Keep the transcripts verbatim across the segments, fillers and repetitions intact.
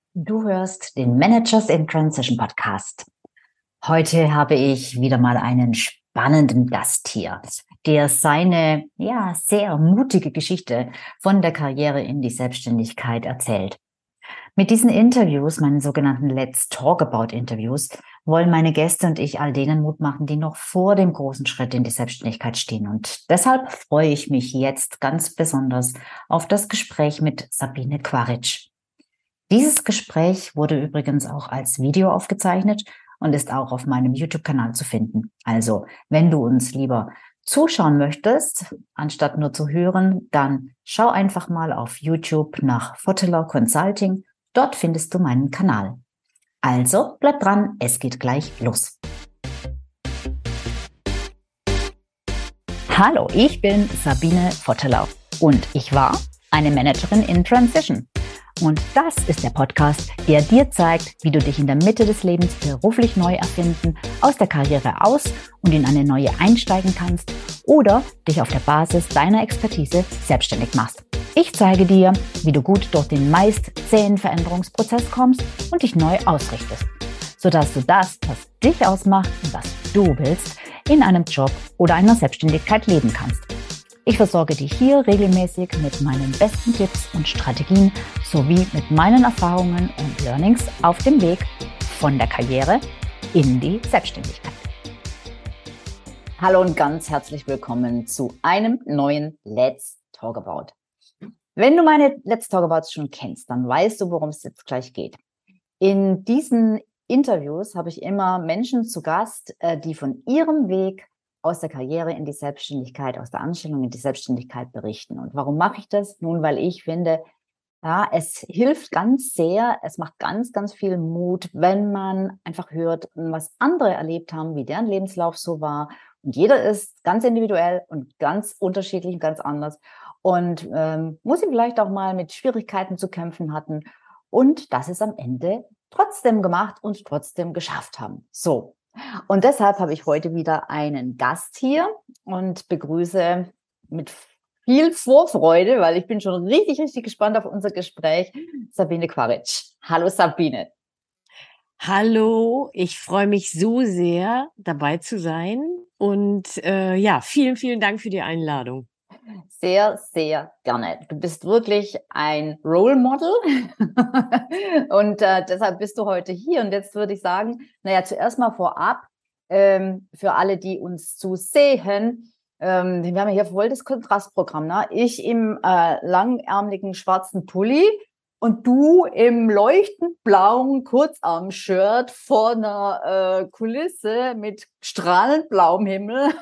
Du hörst den Managers in Transition Podcast. Heute habe ich wieder mal einen spannenden Gast hier, der seine, ja, sehr mutige Geschichte von der Karriere in die Selbstständigkeit erzählt. Mit diesen Interviews, meinen sogenannten Let's Talk About Interviews, wollen meine Gäste und ich all denen Mut machen, die noch vor dem großen Schritt in die Selbstständigkeit stehen. Und deshalb freue ich mich jetzt ganz besonders auf das Gespräch mit Sabine Quaritch. Dieses Gespräch wurde übrigens auch als Video aufgezeichnet und ist auch auf meinem YouTube-Kanal zu finden. Also, wenn du uns lieber zuschauen möchtest, anstatt nur zu hören, dann schau einfach mal auf YouTube nach Foteler Consulting. Dort findest du meinen Kanal. Also, bleib dran, es geht gleich los. Hallo, ich bin Sabine Foteler und ich war eine Managerin in Transition. Und das ist der Podcast, der dir zeigt, wie du dich in der Mitte des Lebens beruflich neu erfinden, aus der Karriere aus und in eine neue einsteigen kannst oder dich auf der Basis deiner Expertise selbstständig machst. Ich zeige dir, wie du gut durch den meist zähen Veränderungsprozess kommst und dich neu ausrichtest, sodass du das, was dich ausmacht und was du willst, in einem Job oder einer Selbstständigkeit leben kannst. Ich versorge dich hier regelmäßig mit meinen besten Tipps und Strategien sowie mit meinen Erfahrungen und Learnings auf dem Weg von der Karriere in die Selbstständigkeit. Hallo und ganz herzlich willkommen zu einem neuen Let's Talk About. Wenn du meine Let's Talk Abouts schon kennst, dann weißt du, worum es jetzt gleich geht. In diesen Interviews habe ich immer Menschen zu Gast, die von ihrem Weg aus der Karriere in die Selbstständigkeit, aus der Anstellung in die Selbstständigkeit berichten. Und warum mache ich das? Nun, weil ich finde, ja, es hilft ganz sehr, es macht ganz, ganz viel Mut, wenn man einfach hört, was andere erlebt haben, wie deren Lebenslauf so war. Und jeder ist ganz individuell und ganz unterschiedlich und ganz anders. Und ähm, muss sie vielleicht auch mal mit Schwierigkeiten zu kämpfen hatten. Und das ist am Ende trotzdem gemacht und trotzdem geschafft haben. So. Und deshalb habe ich heute wieder einen Gast hier und begrüße mit viel Vorfreude, weil ich bin schon richtig, richtig gespannt auf unser Gespräch, Sabine Quaritch. Hallo Sabine. Hallo, ich freue mich so sehr, dabei zu sein und äh, ja, vielen, vielen Dank für die Einladung. Sehr, sehr gerne. Du bist wirklich ein Role Model und äh, deshalb bist du heute hier. Und jetzt würde ich sagen, naja, zuerst mal vorab, ähm, für alle, die uns zusehen, ähm, wir haben ja hier voll das Kontrastprogramm, ne? Ich im äh, langärmeligen schwarzen Pulli und du im leuchtend blauen Kurzarm-Shirt vor einer äh, Kulisse mit strahlend blauem Himmel.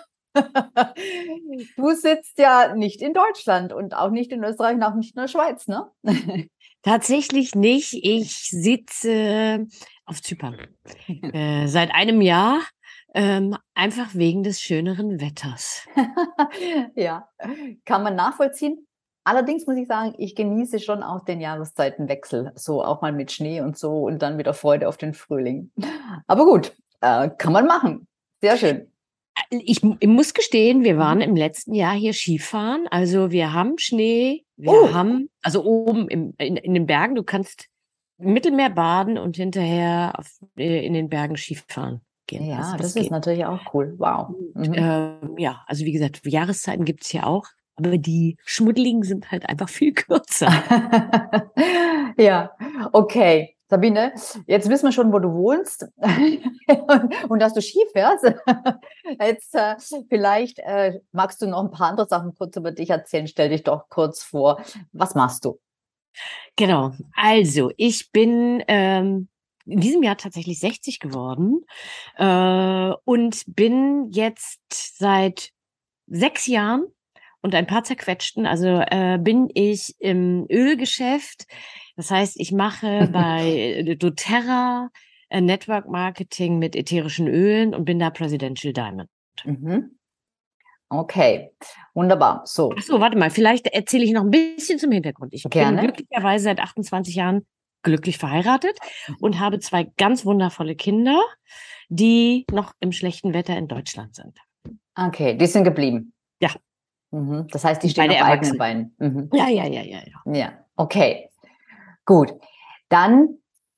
Du sitzt ja nicht in Deutschland und auch nicht in Österreich und auch nicht in der Schweiz, ne? Tatsächlich nicht. Ich sitze auf Zypern äh, seit einem Jahr, ähm, einfach wegen des schöneren Wetters. Ja, kann man nachvollziehen. Allerdings muss ich sagen, ich genieße schon auch den Jahreszeitenwechsel, so auch mal mit Schnee und so und dann wieder Freude auf den Frühling. Aber gut, äh, kann man machen. Sehr schön. Ich, ich muss gestehen, wir waren Mhm. im letzten Jahr hier Skifahren. Also wir haben Schnee, wir Oh. haben, also oben im, in, in den Bergen, du kannst im Mittelmeer baden und hinterher auf, äh, in den Bergen Skifahren gehen. Ja, Also das das ist geht. natürlich auch cool. Wow. Und, Mhm. ähm, ja, also wie gesagt, Jahreszeiten gibt es ja auch, aber die schmuddeligen sind halt einfach viel kürzer. Ja, okay. Sabine, jetzt wissen wir schon, wo du wohnst und, und dass du Ski fährst. Jetzt äh, vielleicht äh, magst du noch ein paar andere Sachen kurz über dich erzählen. Stell dich doch kurz vor. Was machst du? Genau. Also ich bin ähm, in diesem Jahr tatsächlich sechzig geworden äh, und bin jetzt seit sechs Jahren und ein paar zerquetschten, also äh, bin ich im Ölgeschäft. Das heißt, ich mache bei doTERRA äh, Network Marketing mit ätherischen Ölen und bin da Presidential Diamond. Mhm. Okay, wunderbar. So, Ach so, warte mal, vielleicht erzähle ich noch ein bisschen zum Hintergrund. Ich bin gerne. glücklicherweise seit achtundzwanzig Jahren glücklich verheiratet und habe zwei ganz wundervolle Kinder, die noch im schlechten Wetter in Deutschland sind. Okay, die sind geblieben. Ja, Mhm. Das heißt, die sind stehen beide auf eigenen erwachsen. Beinen. Mhm. Ja, ja, ja, ja, ja. Ja, okay, gut. Dann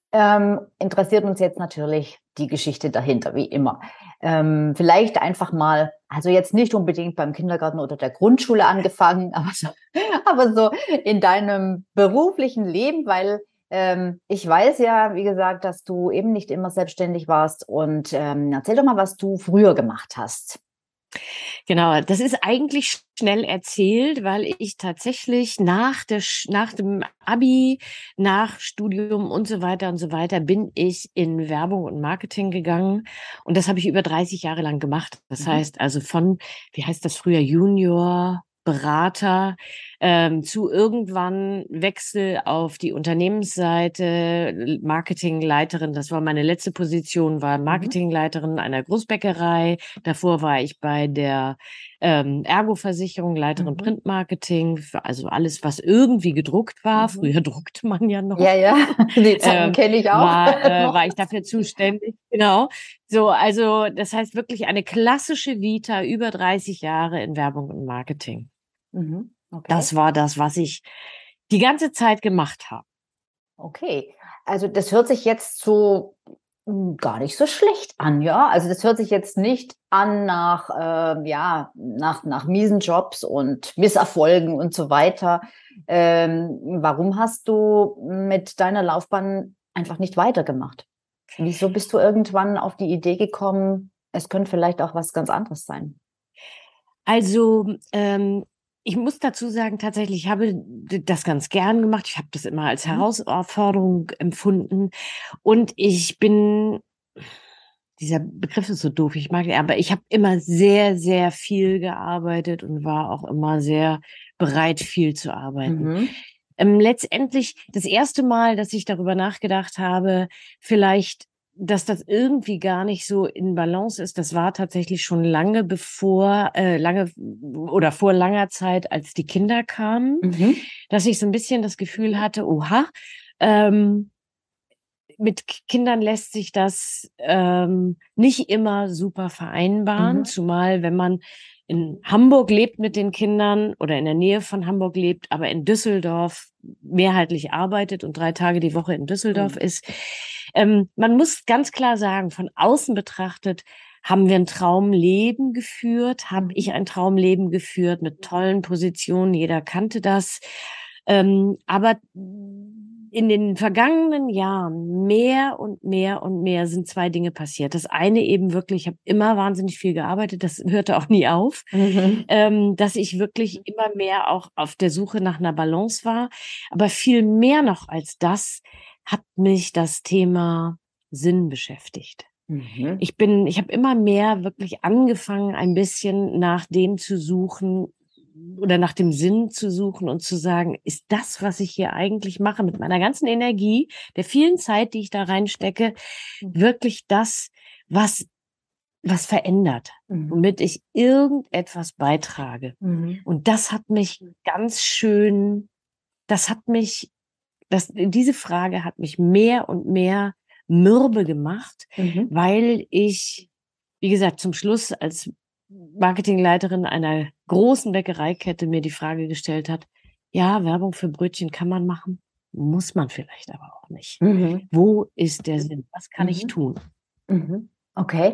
ähm, interessiert uns jetzt natürlich die Geschichte dahinter, wie immer. Ähm, vielleicht einfach mal, also jetzt nicht unbedingt beim Kindergarten oder der Grundschule angefangen, aber so, aber so in deinem beruflichen Leben, weil ähm, ich weiß ja, wie gesagt, dass du eben nicht immer selbstständig warst. Und ähm, erzähl doch mal, was du früher gemacht hast. Genau, das ist eigentlich schnell erzählt, weil ich tatsächlich nach der, Sch- nach dem Abi, nach Studium und so weiter und so weiter, bin ich in Werbung und Marketing gegangen. Und das habe ich über dreißig Jahre lang gemacht. Das Mhm. heißt also von, wie heißt das früher, Junior, Berater, ähm, zu irgendwann Wechsel auf die Unternehmensseite, Marketingleiterin. Das war meine letzte Position, war Mhm. Marketingleiterin einer Großbäckerei. Davor war ich bei der ähm, Ergo-Versicherung, Leiterin Mhm. Printmarketing, für- also alles, was irgendwie gedruckt war. Mhm. Früher druckte man ja Ja, noch. ja, die Zeiten ähm, kenne ich auch war, äh, noch. war ich dafür zuständig. Genau. So, also das heißt wirklich eine klassische Vita, über dreißig Jahre in Werbung und Marketing. Mhm. Okay. Das war das, was ich die ganze Zeit gemacht habe. Okay, also das hört sich jetzt so hm, gar nicht so schlecht an, ja. Also das hört sich jetzt nicht an nach, ähm, ja, nach, nach miesen Jobs und Misserfolgen und so weiter. Ähm, warum hast du mit deiner Laufbahn einfach nicht weitergemacht? Wieso bist du irgendwann auf die Idee gekommen, es könnte vielleicht auch was ganz anderes sein? Also, ähm, ich muss dazu sagen, tatsächlich, ich habe d- das ganz gern gemacht. Ich habe das immer als Mhm. Herausforderung empfunden. Und ich bin, dieser Begriff ist so doof, ich mag ihn, aber ich habe immer sehr, sehr viel gearbeitet und war auch immer sehr bereit, viel zu arbeiten. Mhm. Ähm, letztendlich das erste Mal, dass ich darüber nachgedacht habe, vielleicht, dass das irgendwie gar nicht so in Balance ist, das war tatsächlich schon lange bevor, äh, lange oder vor langer Zeit, als die Kinder kamen, Mhm. dass ich so ein bisschen das Gefühl hatte, oha, ähm, mit K- Kindern lässt sich das ähm, nicht immer super vereinbaren, Mhm. zumal wenn man in Hamburg lebt mit den Kindern oder in der Nähe von Hamburg lebt, aber in Düsseldorf mehrheitlich arbeitet und drei Tage die Woche in Düsseldorf Mhm. ist. Ähm, man muss ganz klar sagen, von außen betrachtet, haben wir ein Traumleben geführt, habe ich Mhm. ein Traumleben geführt mit tollen Positionen, jeder kannte das. Ähm, aber in den vergangenen Jahren mehr und mehr und mehr sind zwei Dinge passiert. Das eine eben wirklich, ich habe immer wahnsinnig viel gearbeitet, das hörte auch nie auf, Mhm. ähm, dass ich wirklich immer mehr auch auf der Suche nach einer Balance war. Aber viel mehr noch als das hat mich das Thema Sinn beschäftigt. Mhm. Ich bin, ich habe immer mehr wirklich angefangen, ein bisschen nach dem zu suchen oder nach dem Sinn zu suchen und zu sagen, ist das, was ich hier eigentlich mache, mit meiner ganzen Energie, der vielen Zeit, die ich da reinstecke, wirklich das, was, was verändert, Mhm. womit ich irgendetwas beitrage. Mhm. Und das hat mich ganz schön, das hat mich, das, diese Frage hat mich mehr und mehr mürbe gemacht, Mhm. weil ich, wie gesagt, zum Schluss als Marketingleiterin einer großen Bäckereikette mir die Frage gestellt hat, ja, Werbung für Brötchen kann man machen, muss man vielleicht aber auch nicht. Mhm. Wo ist der Sinn? Was kann ich Mhm. tun? Mhm. Okay.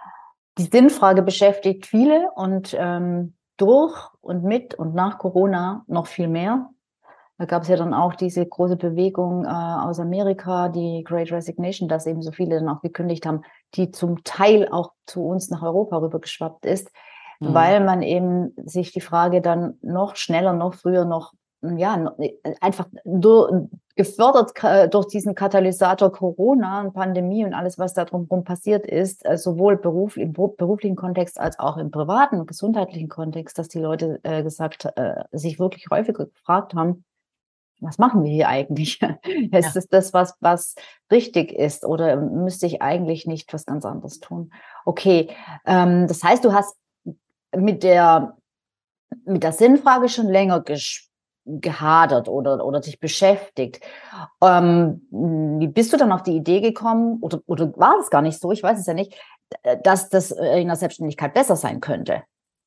Die Sinnfrage beschäftigt viele und ähm, durch und mit und nach Corona noch viel mehr. Da gab es ja dann auch diese große Bewegung äh, aus Amerika, die Great Resignation, dass eben so viele dann auch gekündigt haben, die zum Teil auch zu uns nach Europa rübergeschwappt ist, Hm. weil man eben sich die Frage dann noch schneller, noch früher, noch ja noch, äh, einfach durch, gefördert äh, durch diesen Katalysator Corona und Pandemie und alles, was da drumherum passiert ist, äh, sowohl Beruf, im beruflichen Kontext als auch im privaten und gesundheitlichen Kontext, dass die Leute äh, gesagt, äh, sich wirklich häufig gefragt haben, was machen wir hier eigentlich? Ist Ja. es das, was, was richtig ist, oder müsste ich eigentlich nicht was ganz anderes tun? Okay, ähm, das heißt, du hast mit der, mit der Sinnfrage schon länger ges gehadert oder, oder dich beschäftigt. Ähm, wie bist du dann auf die Idee gekommen, oder, oder war es gar nicht so, ich weiß es ja nicht, dass das in der Selbstständigkeit besser sein könnte?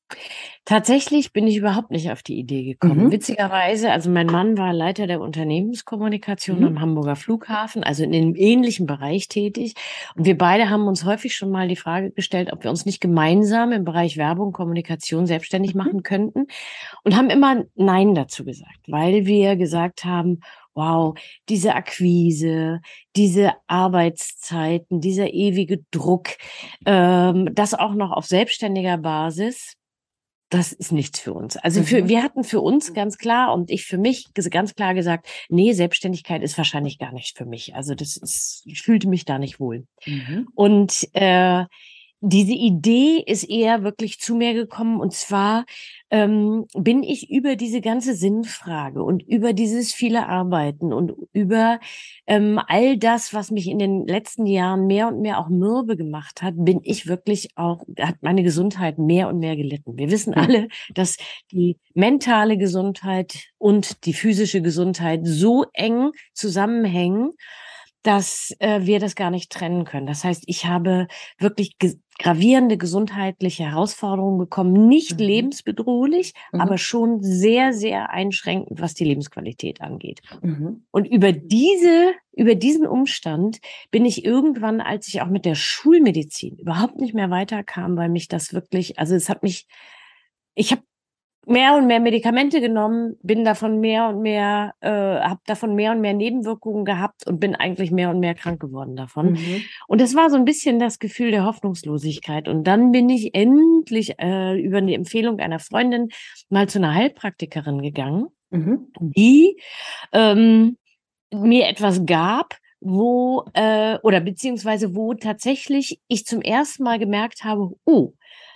Tatsächlich bin ich überhaupt nicht auf die Idee gekommen. Mhm. Witzigerweise, also mein Mann war Leiter der Unternehmenskommunikation Mhm. am Hamburger Flughafen, also in einem ähnlichen Bereich tätig. Und wir beide haben uns häufig schon mal die Frage gestellt, ob wir uns nicht gemeinsam im Bereich Werbung, Kommunikation selbstständig Mhm. machen könnten und haben immer Nein dazu gesagt, weil wir gesagt haben, wow, diese Akquise, diese Arbeitszeiten, dieser ewige Druck, ähm, das auch noch auf selbstständiger Basis. Das ist nichts für uns. Also für, Mhm. wir hatten für uns ganz klar und ich für mich ganz klar gesagt, nee, Selbstständigkeit ist wahrscheinlich gar nicht für mich. Also das ist, ich fühlte mich da nicht wohl. Mhm. Und äh, diese Idee ist eher wirklich zu mir gekommen und zwar ähm, bin ich über diese ganze Sinnfrage und über dieses viele Arbeiten und über ähm, all das, was mich in den letzten Jahren mehr und mehr auch mürbe gemacht hat, bin ich wirklich auch, hat meine Gesundheit mehr und mehr gelitten. Wir wissen Mhm. alle, dass die mentale Gesundheit und die physische Gesundheit so eng zusammenhängen, dass äh, wir das gar nicht trennen können. Das heißt, ich habe wirklich ge- gravierende gesundheitliche Herausforderungen bekommen, nicht Mhm. lebensbedrohlich, Mhm. aber schon sehr, sehr einschränkend, was die Lebensqualität angeht. Mhm. Und über diese, über diesen Umstand bin ich irgendwann, als ich auch mit der Schulmedizin überhaupt nicht mehr weiterkam, weil mich das wirklich, also es hat mich, ich habe mehr und mehr Medikamente genommen, bin davon mehr und mehr, äh, habe davon mehr und mehr Nebenwirkungen gehabt und bin eigentlich mehr und mehr krank geworden davon. Mhm. Und das war so ein bisschen das Gefühl der Hoffnungslosigkeit. Und dann bin ich endlich äh, über eine Empfehlung einer Freundin mal zu einer Heilpraktikerin gegangen, Mhm. die ähm, mir etwas gab, wo äh, oder beziehungsweise wo tatsächlich ich zum ersten Mal gemerkt habe, oh,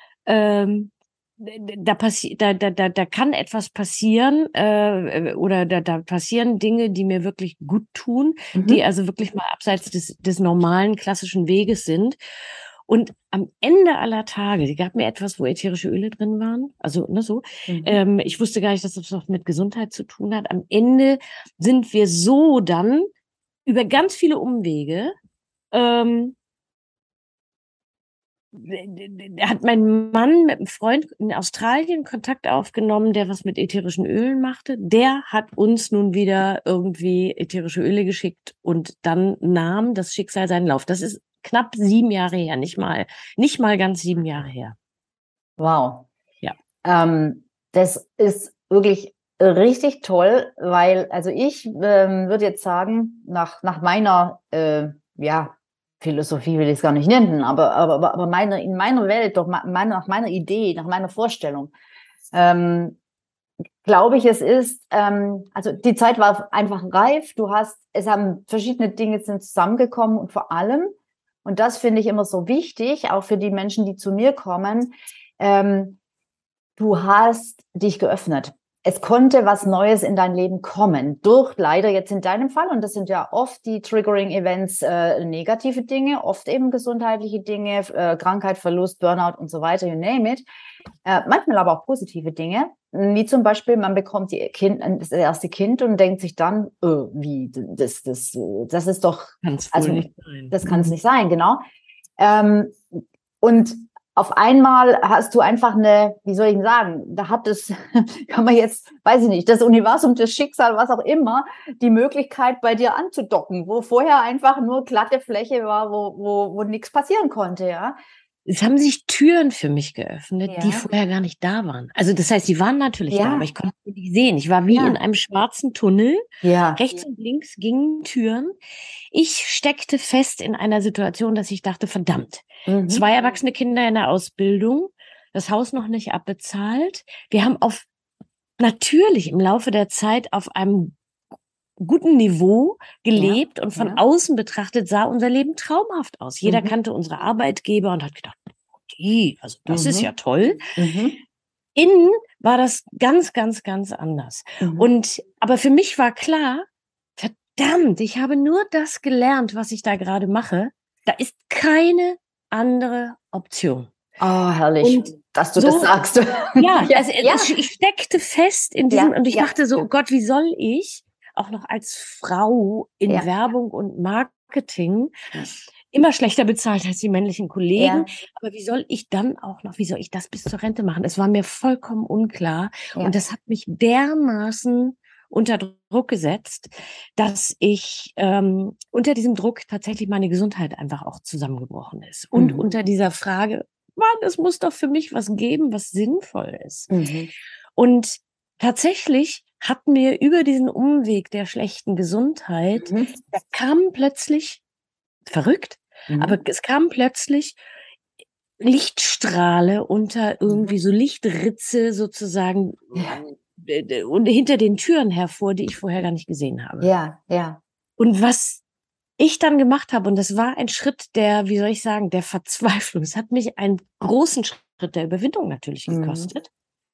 ähm, da passiert, da, da, da, da kann etwas passieren äh, oder da, da passieren Dinge, die mir wirklich gut tun, die Mhm. also wirklich mal abseits des, des normalen klassischen Weges sind. Und am Ende aller Tage, sie gab mir etwas, wo ätherische Öle drin waren, also ne, so. Mhm. Ähm, ich wusste gar nicht, dass das was mit Gesundheit zu tun hat. Am Ende sind wir so dann über ganz viele Umwege ähm, hat mein Mann mit einem Freund in Australien Kontakt aufgenommen, der was mit ätherischen Ölen machte. Der hat uns nun wieder irgendwie ätherische Öle geschickt und dann nahm das Schicksal seinen Lauf. Das ist knapp sieben Jahre her, nicht mal, nicht mal ganz sieben Jahre her. Wow. Ja. Ähm, das ist wirklich richtig toll, weil, also ich ähm, würde jetzt sagen, nach, nach meiner, äh, ja, Philosophie will ich es gar nicht nennen, aber, aber, aber, aber meine, in meiner Welt, doch meine, nach meiner Idee, nach meiner Vorstellung, ähm, glaube ich, es ist, ähm, also die Zeit war einfach reif. Du hast, es haben verschiedene Dinge sind zusammengekommen und vor allem, und das finde ich immer so wichtig, auch für die Menschen, die zu mir kommen, ähm, du hast dich geöffnet. Es konnte was Neues in dein Leben kommen, durch leider jetzt in deinem Fall, und das sind ja oft die Triggering-Events, äh, negative Dinge, oft eben gesundheitliche Dinge, äh, Krankheit, Verlust, Burnout und so weiter, you name it. Äh, manchmal aber auch positive Dinge, wie zum Beispiel, man bekommt die kind, das erste Kind und denkt sich dann, äh, wie, das, das, das ist doch, Kann es wohl also nicht sein. das kann es nicht sein, genau. Ähm, und auf einmal hast du einfach eine, wie soll ich sagen, da hat es, kann man jetzt, weiß ich nicht, das Universum, das Schicksal, was auch immer, die Möglichkeit bei dir anzudocken, wo vorher einfach nur glatte Fläche war, wo, wo, wo nichts passieren konnte, ja. Es haben sich Türen für mich geöffnet, die Ja, vorher gar nicht da waren. Also das heißt, sie waren natürlich da, aber ja, ich konnte sie nicht sehen. Ich war wie in ja, einem schwarzen Tunnel. ja. Rechts und links gingen Türen. Ich steckte fest in einer Situation, dass ich dachte, verdammt, Mhm. zwei erwachsene Kinder in der Ausbildung, das Haus noch nicht abbezahlt. Wir haben auf natürlich im Laufe der Zeit auf einem guten Niveau Ja, gelebt und von ja. außen betrachtet sah unser Leben traumhaft aus. Jeder Mhm. kannte unsere Arbeitgeber und hat gedacht, okay, also das ist ja Mhm. toll. Mhm. Innen war das ganz, ganz, ganz anders. Mhm. Und aber für mich war klar, verdammt, ich habe nur das gelernt, was ich da gerade mache. Da ist keine andere Option. Oh, herrlich, Und dass du das so, sagst. ja, Ja, also ja, es, ich steckte fest in diesem ja, und ich ja, dachte so, oh Gott, wie soll ich auch noch als Frau in ja. Werbung und Marketing immer schlechter bezahlt als die männlichen Kollegen. Ja. Aber wie soll ich dann auch noch, wie soll ich das bis zur Rente machen? Es war mir vollkommen unklar. Ja. Und das hat mich dermaßen unter Druck gesetzt, dass ich ähm, unter diesem Druck tatsächlich meine Gesundheit einfach auch zusammengebrochen ist. Und Mhm. unter dieser Frage, Mann, es muss doch für mich was geben, was sinnvoll ist. Mhm. Und tatsächlich hat mir über diesen Umweg der schlechten Gesundheit, Mhm. da kam plötzlich, verrückt, Mhm. aber es kam plötzlich Lichtstrahle unter irgendwie so Lichtritze sozusagen Ja. äh, und hinter den Türen hervor, die ich vorher gar nicht gesehen habe. Ja, ja. Und was ich dann gemacht habe, und das war ein Schritt der, wie soll ich sagen, der Verzweiflung. Es hat mich einen großen Schritt der Überwindung natürlich Mhm. gekostet,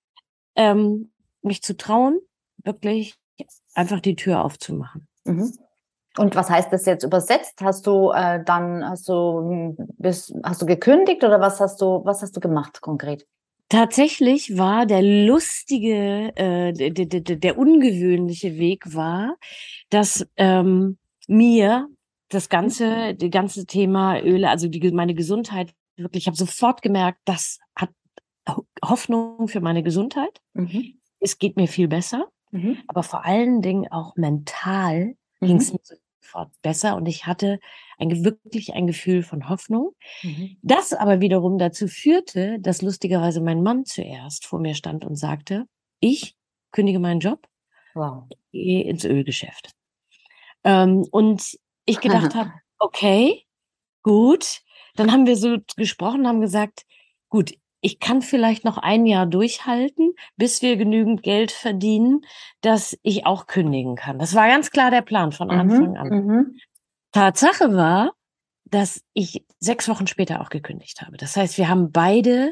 ähm, mich zu trauen, wirklich einfach die Tür aufzumachen. Mhm. Und was heißt das jetzt übersetzt? Hast du äh, dann hast du hm, bist, hast du gekündigt oder was hast du was hast du gemacht konkret? Tatsächlich war der lustige, äh, der, der, der ungewöhnliche Weg war, dass ähm, mir das ganze, das ganze Thema Öle, also die, meine Gesundheit wirklich, ich habe sofort gemerkt, das hat Hoffnung für meine Gesundheit. Mhm. Es geht mir viel besser, Mhm. aber vor allen Dingen auch mental ging es Mhm. mir sofort besser und ich hatte ein, wirklich ein Gefühl von Hoffnung. Mhm. Das aber wiederum dazu führte, dass lustigerweise mein Mann zuerst vor mir stand und sagte, ich kündige meinen Job, Wow. gehe ins Ölgeschäft. Ähm, und ich gedacht habe, okay, gut. Dann haben wir so gesprochen, haben gesagt, gut, ich kann vielleicht noch ein Jahr durchhalten, bis wir genügend Geld verdienen, dass ich auch kündigen kann. Das war ganz klar der Plan von Anfang Mhm. an. Mhm. Tatsache war, dass ich sechs Wochen später auch gekündigt habe. Das heißt, wir haben beide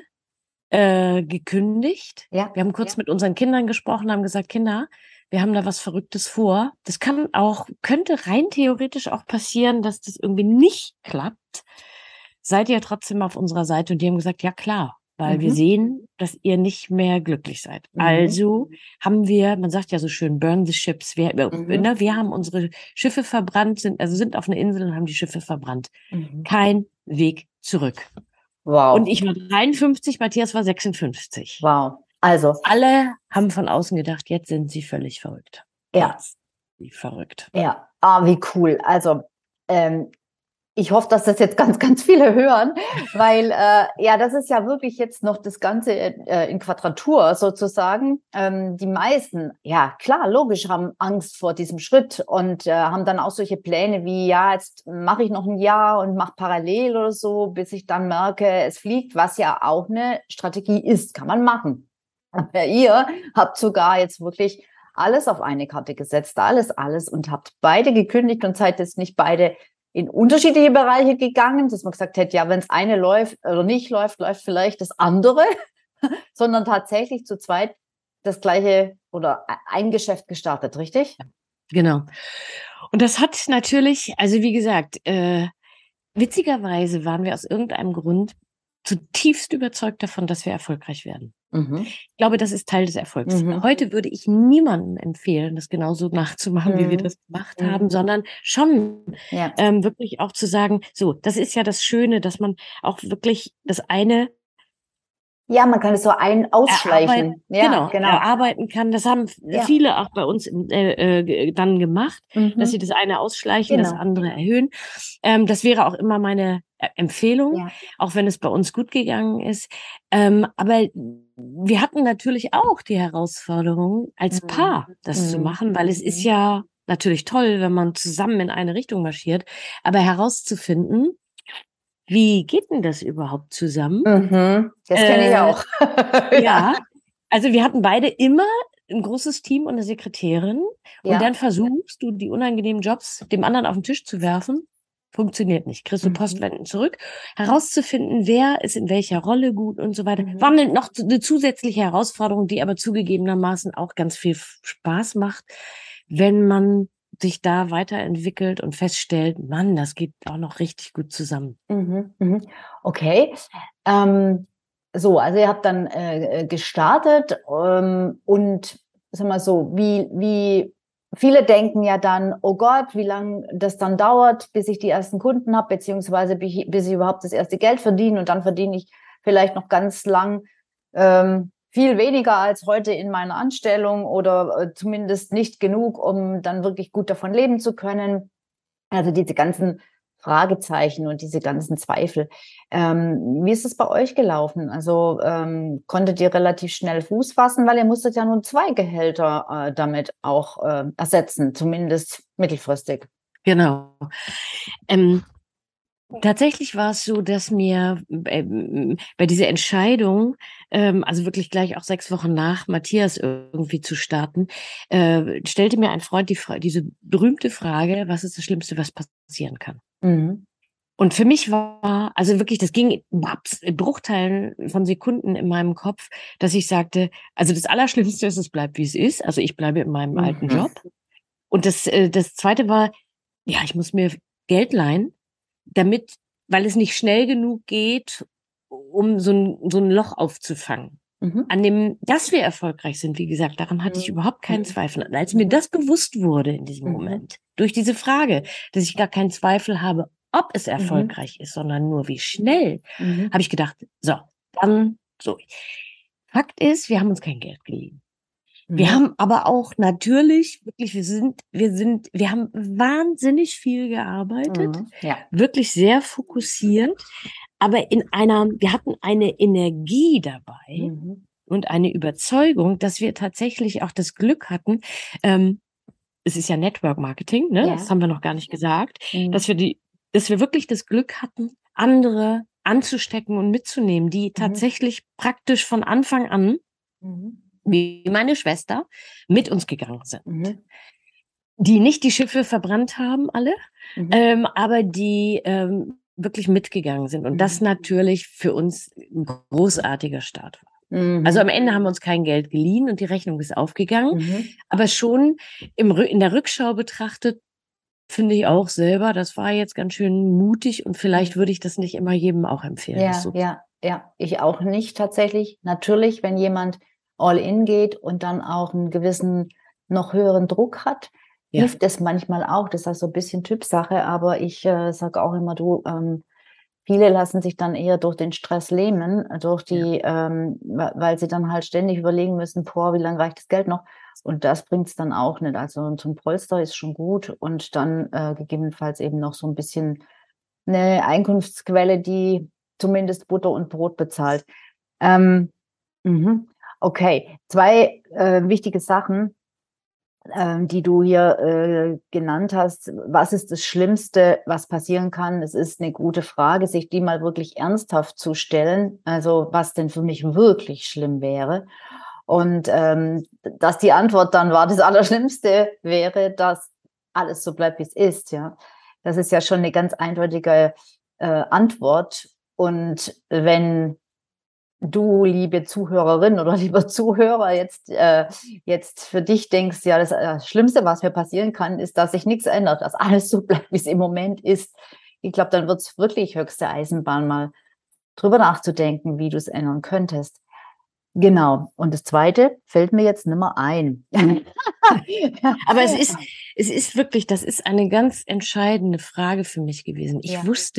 äh, gekündigt. Ja. Wir haben kurz mit unseren Kindern gesprochen, haben gesagt, Kinder, wir haben da was Verrücktes vor. Das kann auch, könnte rein theoretisch auch passieren, dass das irgendwie nicht klappt. Seid ihr trotzdem auf unserer Seite? Und die haben gesagt, ja klar, weil wir Mhm. sehen, dass ihr nicht mehr glücklich seid. Mhm. Also haben wir, man sagt ja so schön, burn the ships. Wir, Mhm. ne, wir haben unsere Schiffe verbrannt, sind, also sind auf einer Insel und haben die Schiffe verbrannt. Mhm. Kein Weg zurück. Wow. Und ich war dreiundfünfzig, Matthias war sechsundfünfzig. Wow. Also, Alle haben von außen gedacht, jetzt sind sie völlig verrückt. ja. Jetzt sind sie verrückt. Ja. Ah, wie cool. Also, ähm, ich hoffe, dass das jetzt ganz, ganz viele hören, weil äh, ja, das ist ja wirklich jetzt noch das Ganze äh, in Quadratur sozusagen. Ähm, die meisten, ja klar, logisch, haben Angst vor diesem Schritt und äh, haben dann auch solche Pläne wie, ja, jetzt mache ich noch ein Jahr und mache parallel oder so, bis ich dann merke, es fliegt, was ja auch eine Strategie ist, kann man machen. Aber ihr habt sogar jetzt wirklich alles auf eine Karte gesetzt, alles, alles und habt beide gekündigt und seid jetzt nicht beide in unterschiedliche Bereiche gegangen, dass man gesagt hätte, ja, wenn es eine läuft oder nicht läuft, läuft vielleicht das andere, sondern tatsächlich zu zweit das gleiche oder ein Geschäft gestartet, richtig? Genau. Und das hat natürlich, also wie gesagt, äh, witzigerweise waren wir aus irgendeinem Grund zutiefst überzeugt davon, dass wir erfolgreich werden. Mhm. Ich glaube, das ist Teil des Erfolgs. Mhm. Heute würde ich niemandem empfehlen, das genauso nachzumachen, Mhm. wie wir das gemacht Mhm. haben, sondern schon Ja. ähm, wirklich auch zu sagen, so, das ist ja das Schöne, dass man auch wirklich das eine Ja, man kann es so ein ausschleichen. erarbeiten, Ja, genau, genau. erarbeiten kann. Das haben Ja. viele auch bei uns äh, äh, dann gemacht, Mhm. dass sie das eine ausschleichen, das Genau. andere erhöhen. Ähm, das wäre auch immer meine äh, Empfehlung, Ja. auch wenn es bei uns gut gegangen ist. Ähm, aber wir hatten natürlich auch die Herausforderung, als Mhm. Paar das zu Mhm. machen, weil es ist ja natürlich toll, wenn man zusammen in eine Richtung marschiert, aber herauszufinden, wie geht denn das überhaupt zusammen? Mhm. Das kenne ich Äh, auch. ja, also wir hatten beide immer ein großes Team und eine Sekretärin. Und Ja. dann versuchst du, die unangenehmen Jobs dem anderen auf den Tisch zu werfen. Funktioniert nicht. Kriegst du Mhm. Postwenden zurück. Herauszufinden, wer ist in welcher Rolle gut und so weiter. Mhm. War eine, noch eine zusätzliche Herausforderung, die aber zugegebenermaßen auch ganz viel Spaß macht, wenn man sich da weiterentwickelt und feststellt, Mann, das geht auch noch richtig gut zusammen. Mhm. Mhm. Okay. Ähm, so, also ihr habt dann äh, gestartet ähm, und sag mal so, wie, wie, viele denken ja dann, oh Gott, wie lange das dann dauert, bis ich die ersten Kunden habe, beziehungsweise bis ich, bis ich überhaupt das erste Geld verdiene und dann verdiene ich vielleicht noch ganz lang ähm, viel weniger als heute in meiner Anstellung oder äh, zumindest nicht genug, um dann wirklich gut davon leben zu können. Also diese ganzen Fragezeichen und diese ganzen Zweifel. Ähm, wie ist es bei euch gelaufen? Also ähm, konntet ihr relativ schnell Fuß fassen, weil ihr musstet ja nun zwei Gehälter äh, damit auch äh, ersetzen, zumindest mittelfristig. Genau. Ähm, Tatsächlich war es so, dass mir ähm, bei dieser Entscheidung, ähm, also wirklich gleich auch sechs Wochen nach Matthias irgendwie zu starten, äh, stellte mir ein Freund die Fra- diese berühmte Frage: Was ist das Schlimmste, was passieren kann? Mhm. Und für mich war, also wirklich, das ging waps, in Bruchteilen von Sekunden in meinem Kopf, dass ich sagte, also das Allerschlimmste ist, es bleibt, wie es ist. Also ich bleibe in meinem alten Mhm. Job. Und das, äh, das Zweite war, ja, ich muss mir Geld leihen, damit, weil es nicht schnell genug geht, um so ein, so ein Loch aufzufangen. Mhm. An dem, dass wir erfolgreich sind, wie gesagt, daran hatte ich überhaupt keinen Mhm. Zweifel. Und als mir das bewusst wurde in diesem Mhm. Moment, durch diese Frage, dass ich gar keinen Zweifel habe, ob es Mhm. erfolgreich ist, sondern nur wie schnell, Mhm. habe ich gedacht, so, dann so. Fakt ist, wir haben uns kein Geld geliehen. Wir Mhm. haben aber auch natürlich, wirklich, wir sind, wir sind, wir haben wahnsinnig viel gearbeitet, Mhm. Ja. wirklich sehr fokussiert, aber in einer, wir hatten eine Energie dabei Mhm. und eine Überzeugung, dass wir tatsächlich auch das Glück hatten, ähm, es ist ja Network Marketing, ne? Das Ja. haben wir noch gar nicht gesagt, dass Mhm. wir die, dass wir wirklich das Glück hatten, andere anzustecken und mitzunehmen, die Mhm. tatsächlich praktisch von Anfang an, Mhm. wie meine Schwester, mit uns gegangen sind. Mhm. Die nicht die Schiffe verbrannt haben, alle, Mhm. ähm, aber die ähm, wirklich mitgegangen sind. Und das Mhm. natürlich für uns ein großartiger Start war. Also Mhm. am Ende haben wir uns kein Geld geliehen und die Rechnung ist aufgegangen. Mhm. Aber schon im, Rü- in der Rückschau betrachtet, finde ich auch selber, das war jetzt ganz schön mutig und vielleicht würde ich das nicht immer jedem auch empfehlen, das Ja, so zu. ja, ja. Ich auch nicht tatsächlich. Natürlich, wenn jemand all in geht und dann auch einen gewissen noch höheren Druck hat, Ja, hilft es manchmal auch. Das ist also ein bisschen Typsache, aber ich äh, sage auch immer, du, ähm, viele lassen sich dann eher durch den Stress lähmen, durch ja. die, ähm, wa- weil sie dann halt ständig überlegen müssen, boah, wie lange reicht das Geld noch? Und das bringt es dann auch nicht. Also zum Polster ist schon gut und dann äh, gegebenenfalls eben noch so ein bisschen eine Einkunftsquelle, die zumindest Butter und Brot bezahlt. Ähm, mhm. Okay, zwei äh, wichtige Sachen, ähm, die du hier äh, genannt hast. Was ist das Schlimmste, was passieren kann? Es ist eine gute Frage, sich die mal wirklich ernsthaft zu stellen. Also was denn für mich wirklich schlimm wäre. Und ähm, dass die Antwort dann war, das Allerschlimmste wäre, dass alles so bleibt, wie es ist. Ja, das ist ja schon eine ganz eindeutige äh, Antwort. Und wenn du, liebe Zuhörerin oder lieber Zuhörer, jetzt, äh, jetzt für dich denkst, ja, das, äh, Schlimmste, was mir passieren kann, ist, dass sich nichts ändert, dass alles so bleibt, wie es im Moment ist. Ich glaube, dann wird es wirklich höchste Eisenbahn, mal drüber nachzudenken, wie du es ändern könntest. Genau. Und das Zweite fällt mir jetzt nimmer ein. Aber es ist, es ist wirklich, das ist eine ganz entscheidende Frage für mich gewesen. Ich Ja. wusste,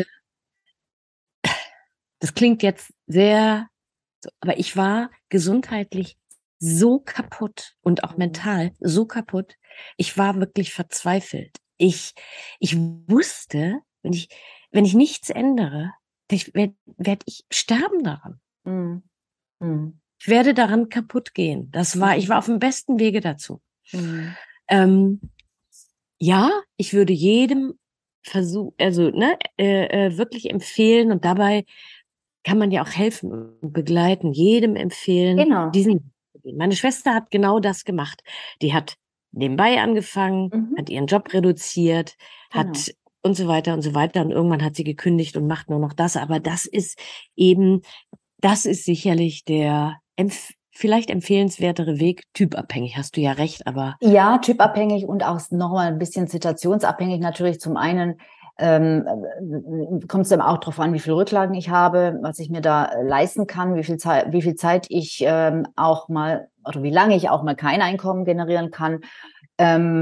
das klingt jetzt sehr, so, aber ich war gesundheitlich so kaputt und auch Mhm. mental so kaputt. Ich war wirklich verzweifelt. Ich, ich wusste, wenn ich, wenn ich nichts ändere, werde werd ich sterben daran. Mhm. Mhm. Ich werde daran kaputt gehen. Das war, ich war auf dem besten Wege dazu. Mhm. Ähm, ja, ich würde jedem versuchen, also ne, äh, äh, wirklich empfehlen und dabei kann man ja auch helfen und begleiten, jedem empfehlen, Genau. diesen Weg zu gehen. Meine Schwester hat genau das gemacht. Die hat nebenbei angefangen, Mhm. hat ihren Job reduziert, Genau. hat und so weiter und so weiter. Und irgendwann hat sie gekündigt und macht nur noch das. Aber das ist eben, das ist sicherlich der empf vielleicht empfehlenswertere Weg, typabhängig, hast du ja recht, aber Ja, typabhängig und auch nochmal ein bisschen situationsabhängig. Natürlich zum einen ähm, äh, kommt es dann auch darauf an, wie viel Rücklagen ich habe, was ich mir da äh, leisten kann, wie viel Zeit, wie viel Zeit ich ähm, auch mal oder wie lange ich auch mal kein Einkommen generieren kann. Ähm,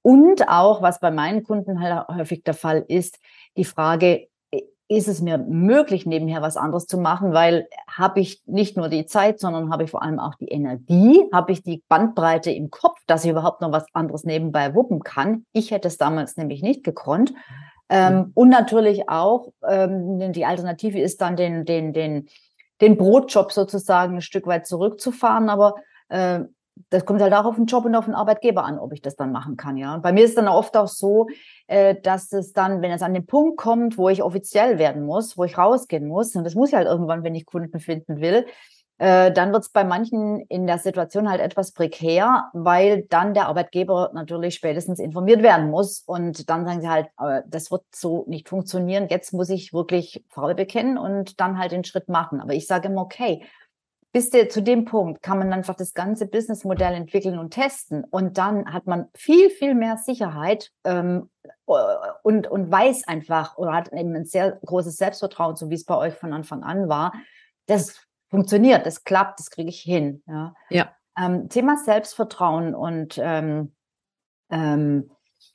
Und auch, was bei meinen Kunden halt häufig der Fall ist, die Frage, ist es mir möglich, nebenher was anderes zu machen, weil habe ich nicht nur die Zeit, sondern habe ich vor allem auch die Energie, habe ich die Bandbreite im Kopf, dass ich überhaupt noch was anderes nebenbei wuppen kann. Ich hätte es damals nämlich nicht gekonnt. Ähm, und natürlich auch, ähm, die Alternative ist dann, den, den, den, den Brotjob sozusagen ein Stück weit zurückzufahren, aber äh, das kommt halt auch auf den Job und auf den Arbeitgeber an, ob ich das dann machen kann, ja. Und bei mir ist es dann oft auch so, äh, dass es dann, wenn es an den Punkt kommt, wo ich offiziell werden muss, wo ich rausgehen muss, und das muss ich halt irgendwann, wenn ich Kunden finden will, äh, dann wird es bei manchen in der Situation halt etwas prekär, weil dann der Arbeitgeber natürlich spätestens informiert werden muss und dann sagen sie halt, äh, das wird so nicht funktionieren, jetzt muss ich wirklich Farbe bekennen und dann halt den Schritt machen. Aber ich sage immer, okay, bis der, zu dem Punkt kann man einfach das ganze Businessmodell entwickeln und testen. Und dann hat man viel, viel mehr Sicherheit ähm, und, und weiß einfach oder hat eben ein sehr großes Selbstvertrauen, so wie es bei euch von Anfang an war. Das funktioniert, das klappt, das kriege ich hin. Ja. Ja. Ähm, Thema Selbstvertrauen und ähm, ähm,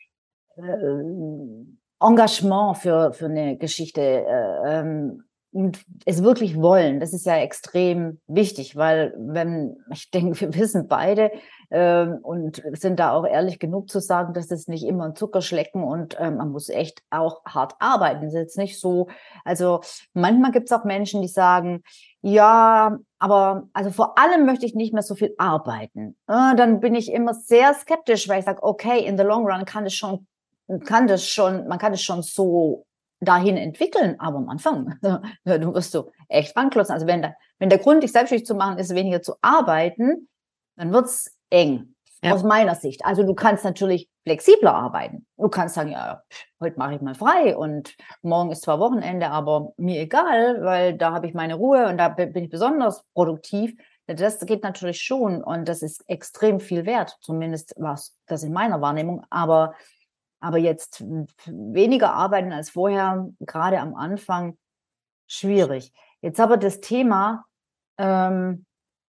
äh, Engagement für, für eine Geschichte äh, ähm, und es wirklich wollen, das ist ja extrem wichtig, weil wenn, ich denke, wir wissen beide ähm, und sind da auch ehrlich genug zu sagen, dass das nicht immer ein Zuckerschlecken und ähm, man muss echt auch hart arbeiten. Das ist jetzt nicht so, also manchmal gibt es auch Menschen, die sagen, ja, aber also vor allem möchte ich nicht mehr so viel arbeiten. Äh, dann bin ich immer sehr skeptisch, weil ich sage, okay, in the long run kann es schon, kann das schon, man kann es schon so dahin entwickeln, aber am Anfang, du wirst so echt ranklotzen. Also wenn, da, wenn der Grund, dich selbstständig zu machen, ist, weniger zu arbeiten, dann wird's eng, ja. Aus meiner Sicht. Also du kannst natürlich flexibler arbeiten. Du kannst sagen, ja, heute mache ich mal frei und morgen ist zwar Wochenende, aber mir egal, weil da habe ich meine Ruhe und da bin ich besonders produktiv. Das geht natürlich schon und das ist extrem viel wert, zumindest war das in meiner Wahrnehmung, aber Aber jetzt weniger arbeiten als vorher, gerade am Anfang, schwierig. Jetzt aber das Thema, ähm,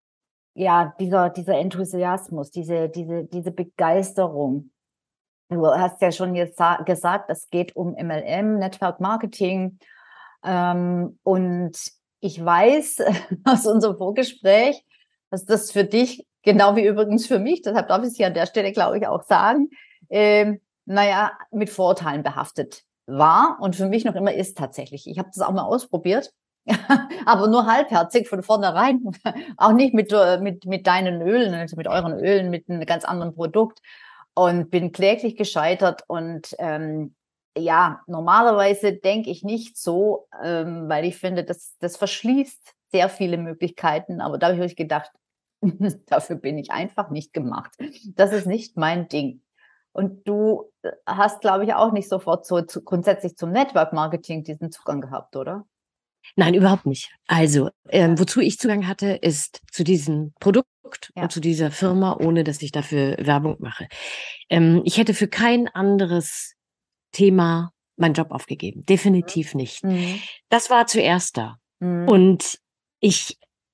ja, dieser, dieser Enthusiasmus, diese, diese, diese Begeisterung. Du hast ja schon jetzt gesagt, es geht um M L M, Network Marketing. Ähm, und ich weiß aus unserem Vorgespräch, dass das für dich, genau wie übrigens für mich, deshalb darf ich es hier an der Stelle, glaube ich, auch sagen, ähm, naja, mit Vorurteilen behaftet war und für mich noch immer ist tatsächlich. Ich habe das auch mal ausprobiert, aber nur halbherzig von vornherein, auch nicht mit, mit, mit deinen Ölen, also mit euren Ölen, mit einem ganz anderen Produkt und bin kläglich gescheitert und ähm, ja, normalerweise denke ich nicht so, ähm, weil ich finde, das, das verschließt sehr viele Möglichkeiten, aber da habe ich gedacht, dafür bin ich einfach nicht gemacht. Das ist nicht mein Ding. Und du hast, glaube ich, auch nicht sofort so zu, grundsätzlich zum Network Marketing diesen Zugang gehabt, oder? Nein, überhaupt nicht. Also, ähm, wozu ich Zugang hatte, ist zu diesem Produkt ja. und zu dieser Firma, ohne dass ich dafür Werbung mache. Ähm, ich hätte für kein anderes Thema meinen Job aufgegeben. Definitiv nicht. Mhm. Das war zuerst da. Mhm. Und ich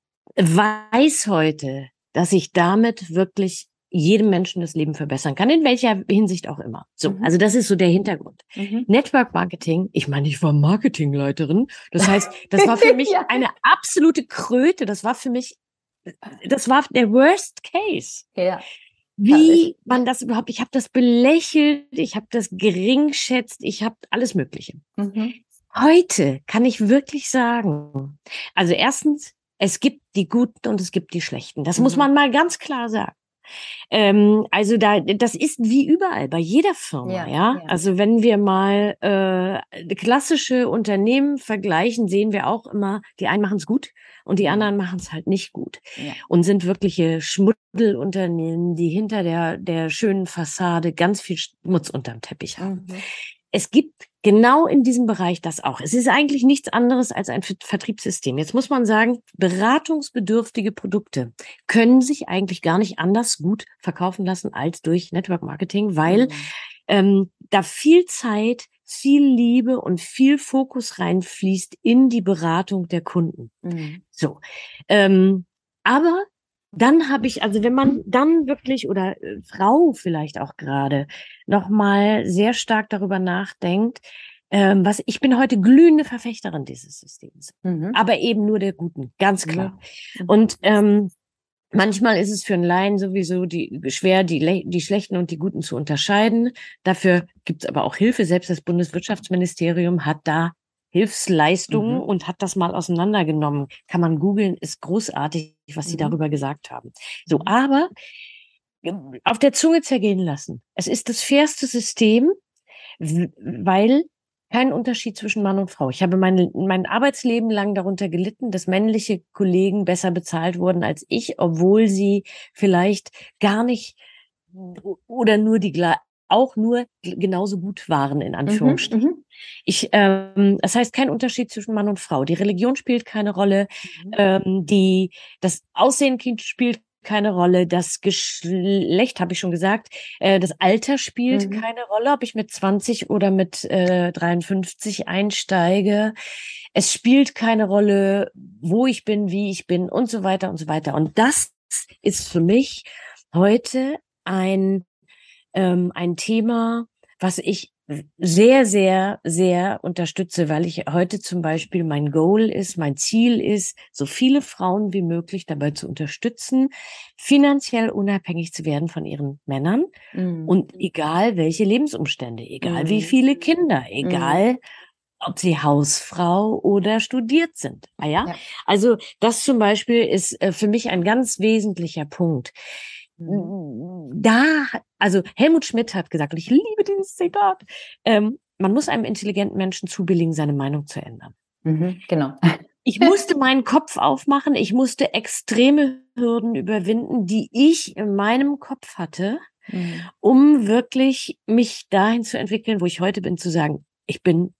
weiß heute, dass ich damit wirklich jedem Menschen das Leben verbessern kann, in welcher Hinsicht auch immer. So, mhm. also das ist so der Hintergrund. Mhm. Network Marketing, ich meine, ich war Marketingleiterin. Das heißt, das war für mich ja. eine absolute Kröte. Das war für mich, das war der Worst Case. Ja. Wie man das überhaupt, ich habe das belächelt, ich habe das geringschätzt, ich habe alles Mögliche. Mhm. Heute kann ich wirklich sagen, also erstens, es gibt die Guten und es gibt die Schlechten. Das mhm. muss man mal ganz klar sagen. Ähm, also da, das ist wie überall, bei jeder Firma, ja. ja? ja. Also wenn wir mal äh, klassische Unternehmen vergleichen, sehen wir auch immer, die einen machen es gut und die anderen machen es halt nicht gut. Ja. Und sind wirkliche Schmuddelunternehmen, die hinter der, der schönen Fassade ganz viel Schmutz unterm Teppich haben. Mhm. Es gibt genau in diesem Bereich das auch. Es ist eigentlich nichts anderes als ein Vertriebssystem. Jetzt muss man sagen, beratungsbedürftige Produkte können sich eigentlich gar nicht anders gut verkaufen lassen als durch Network Marketing, weil mhm. ähm, da viel Zeit, viel Liebe und viel Fokus reinfließt in die Beratung der Kunden. Mhm. So, ähm, aber dann habe ich, also wenn man dann wirklich, oder äh, Frau vielleicht auch gerade, nochmal sehr stark darüber nachdenkt, ähm, was, ich bin heute glühende Verfechterin dieses Systems, Mhm. aber eben nur der Guten, ganz klar. Mhm. Und ähm, manchmal ist es für einen Laien sowieso die, schwer, die, die Schlechten und die Guten zu unterscheiden. Dafür gibt es aber auch Hilfe. Selbst das Bundeswirtschaftsministerium hat da Hilfsleistungen Mhm. und hat das mal auseinandergenommen. Kann man googeln, ist großartig, was sie Mhm. darüber gesagt haben. So, aber auf der Zunge zergehen lassen. Es ist das fairste System, weil kein Unterschied zwischen Mann und Frau. Ich habe mein, mein Arbeitsleben lang darunter gelitten, dass männliche Kollegen besser bezahlt wurden als ich, obwohl sie vielleicht gar nicht oder nur die auch nur genauso gut waren, in Anführungsstrichen. Mhm. Ich, ähm, das heißt, kein Unterschied zwischen Mann und Frau. Die Religion spielt keine Rolle, Mhm. ähm, die, das Aussehen spielt keine Rolle, das Geschlecht, habe ich schon gesagt, äh, das Alter spielt Mhm. keine Rolle, ob ich mit zwanzig oder mit äh, dreiundfünfzig einsteige. Es spielt keine Rolle, wo ich bin, wie ich bin und so weiter und so weiter. Und das ist für mich heute ein, ähm, ein Thema, was ich sehr, sehr, sehr unterstütze, weil ich heute zum Beispiel mein Goal ist, mein Ziel ist, so viele Frauen wie möglich dabei zu unterstützen, finanziell unabhängig zu werden von ihren Männern. Mhm. Und egal welche Lebensumstände, egal wie Mhm. viele Kinder, egal Mhm. ob sie Hausfrau oder studiert sind. Ah ja? Ja. Also das zum Beispiel ist äh, für mich ein ganz wesentlicher Punkt. Mhm. Da, also Helmut Schmidt hat gesagt, und ich liebe dieses Zitat, ähm, man muss einem intelligenten Menschen zubilligen, seine Meinung zu ändern. Mhm. Genau. Ich musste meinen Kopf aufmachen, ich musste extreme Hürden überwinden, die ich in meinem Kopf hatte, Mhm. um wirklich mich dahin zu entwickeln, wo ich heute bin, zu sagen, ich bin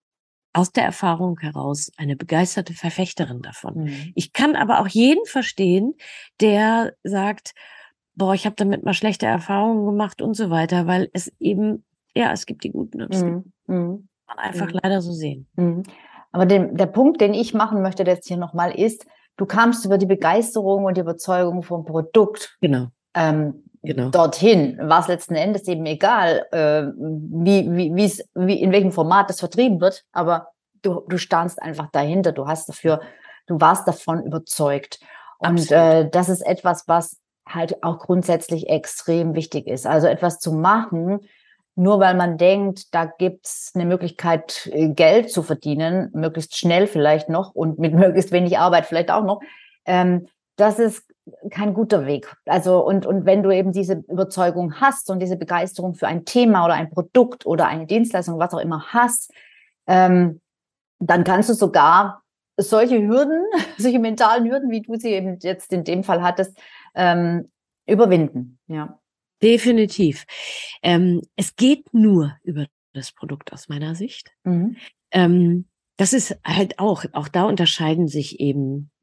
aus der Erfahrung heraus eine begeisterte Verfechterin davon. Mhm. Ich kann aber auch jeden verstehen, der sagt, boah, ich habe damit mal schlechte Erfahrungen gemacht und so weiter, weil es eben, ja, es gibt die Guten und es gibt, Mhm. Mhm. man einfach Mhm. leider so sehen. Mhm. Aber den, der Punkt, den ich machen möchte jetzt hier nochmal ist, du kamst über die Begeisterung und die Überzeugung vom Produkt Genau, ähm, genau. dorthin. War es letzten Endes eben egal, äh, wie, wie, wie's, wie, in welchem Format das vertrieben wird, aber du, du standst einfach dahinter, du hast dafür, du warst davon überzeugt. Und Absolut. äh, das ist etwas, was halt auch grundsätzlich extrem wichtig ist. Also etwas zu machen, nur weil man denkt, da gibt's eine Möglichkeit, Geld zu verdienen, möglichst schnell vielleicht noch und mit möglichst wenig Arbeit vielleicht auch noch, ähm, das ist kein guter Weg. Also, und, und wenn du eben diese Überzeugung hast und diese Begeisterung für ein Thema oder ein Produkt oder eine Dienstleistung, was auch immer hast, ähm, dann kannst du sogar solche Hürden, solche mentalen Hürden, wie du sie eben jetzt in dem Fall hattest, ähm, überwinden. Ja. Definitiv. Ähm, es geht nur über das Produkt aus meiner Sicht. Mhm. Ähm, das ist halt auch, auch da unterscheiden sich eben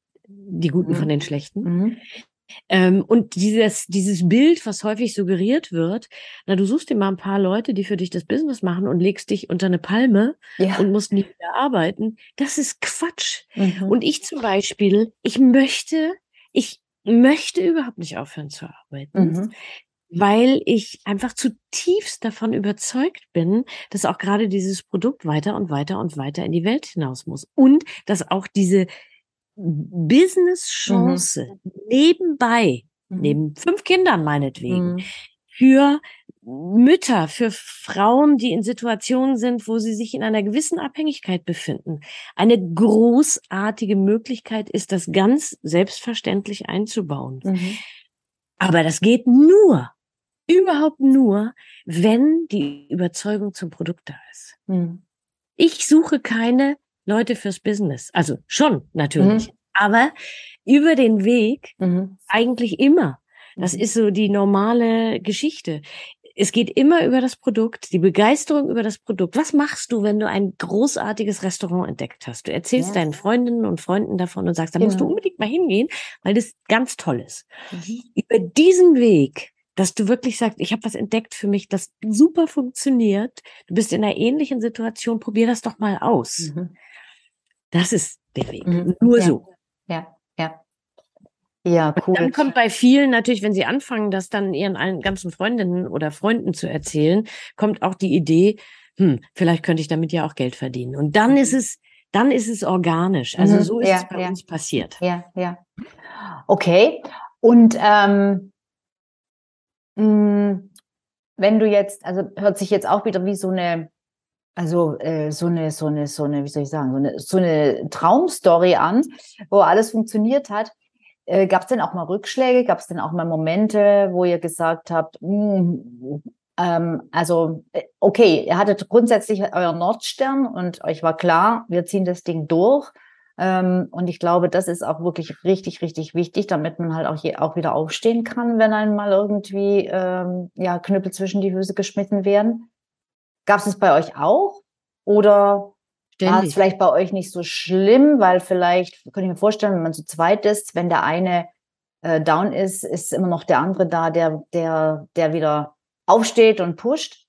die Guten Mhm. von den Schlechten. Mhm. Ähm, und dieses, dieses Bild, was häufig suggeriert wird, na, du suchst dir mal ein paar Leute, die für dich das Business machen und legst dich unter eine Palme Ja. und musst nie wieder arbeiten. Das ist Quatsch. Mhm. Und ich zum Beispiel, ich möchte, ich möchte überhaupt nicht aufhören zu arbeiten. Mhm. Weil ich einfach zutiefst davon überzeugt bin, dass auch gerade dieses Produkt weiter und weiter und weiter in die Welt hinaus muss. Und dass auch diese Business-Chance Mhm. nebenbei, Mhm. neben fünf Kindern meinetwegen, Mhm. für Mütter, für Frauen, die in Situationen sind, wo sie sich in einer gewissen Abhängigkeit befinden, eine großartige Möglichkeit ist, das ganz selbstverständlich einzubauen. Mhm. Aber das geht nur, überhaupt nur, wenn die Überzeugung zum Produkt da ist. Mhm. Ich suche keine Leute fürs Business. Also schon, natürlich. Mhm. Aber über den Weg Mhm. eigentlich immer. Das Mhm. ist so die normale Geschichte. Es geht immer über das Produkt, die Begeisterung über das Produkt. Was machst du, wenn du ein großartiges Restaurant entdeckt hast? Du erzählst Ja, deinen Freundinnen und Freunden davon und sagst, da musst du genau. unbedingt mal hingehen, weil das ganz toll ist. Mhm. Über diesen Weg, dass du wirklich sagst, ich habe was entdeckt für mich, das super funktioniert. Du bist in einer ähnlichen Situation, probier das doch mal aus. Mhm. Das ist der Weg. Mhm. Nur Ja. so. Ja, ja. Ja, cool. Dann kommt bei vielen natürlich, wenn sie anfangen, das dann ihren allen ganzen Freundinnen oder Freunden zu erzählen, kommt auch die Idee, hm, vielleicht könnte ich damit ja auch Geld verdienen. Und dann ist es, dann ist es organisch. Also Mhm. so ist Ja, es bei ja. uns passiert. Ja, ja. Okay. Und ähm, mh, wenn du jetzt, also hört sich jetzt auch wieder wie so eine, also äh, so eine, so eine, so eine, wie soll ich sagen, so eine, so eine Traumstory an, wo alles funktioniert hat. Äh, gab es denn auch mal Rückschläge? Gab es denn auch mal Momente, wo ihr gesagt habt, mh, ähm, also äh, okay, ihr hattet grundsätzlich euren Nordstern und euch war klar, wir ziehen das Ding durch. Ähm, und ich glaube, das ist auch wirklich richtig, richtig wichtig, damit man halt auch hier auch wieder aufstehen kann, wenn einem mal irgendwie ähm, ja Knüppel zwischen die Füße geschmissen werden. Gab es es bei euch auch? Oder war es Ständig. vielleicht bei euch nicht so schlimm, weil vielleicht, könnte ich mir vorstellen, wenn man zu zweit ist, wenn der eine äh, down ist, ist immer noch der andere da, der, der, der wieder aufsteht und pusht.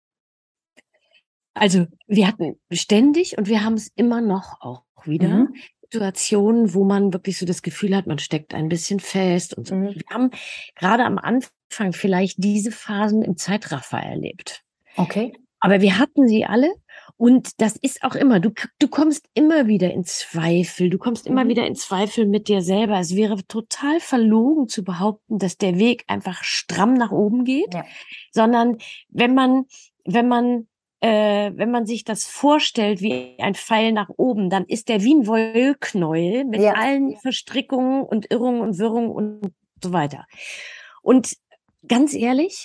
Also wir hatten ständig und wir haben es immer noch auch wieder Mhm. Situationen, wo man wirklich so das Gefühl hat, man steckt ein bisschen fest und so. Mhm. Wir haben gerade am Anfang vielleicht diese Phasen im Zeitraffer erlebt. Okay. Aber wir hatten sie alle und das ist auch immer, du, du kommst immer wieder in Zweifel, du kommst immer Mhm. wieder in Zweifel mit dir selber. Es wäre total verlogen zu behaupten, dass der Weg einfach stramm nach oben geht, Ja. sondern wenn man, wenn man, äh, wenn man sich das vorstellt wie ein Pfeil nach oben, dann ist der wie ein Wollknäuel mit Ja. allen Verstrickungen und Irrungen und Wirrungen und so weiter. Und ganz ehrlich,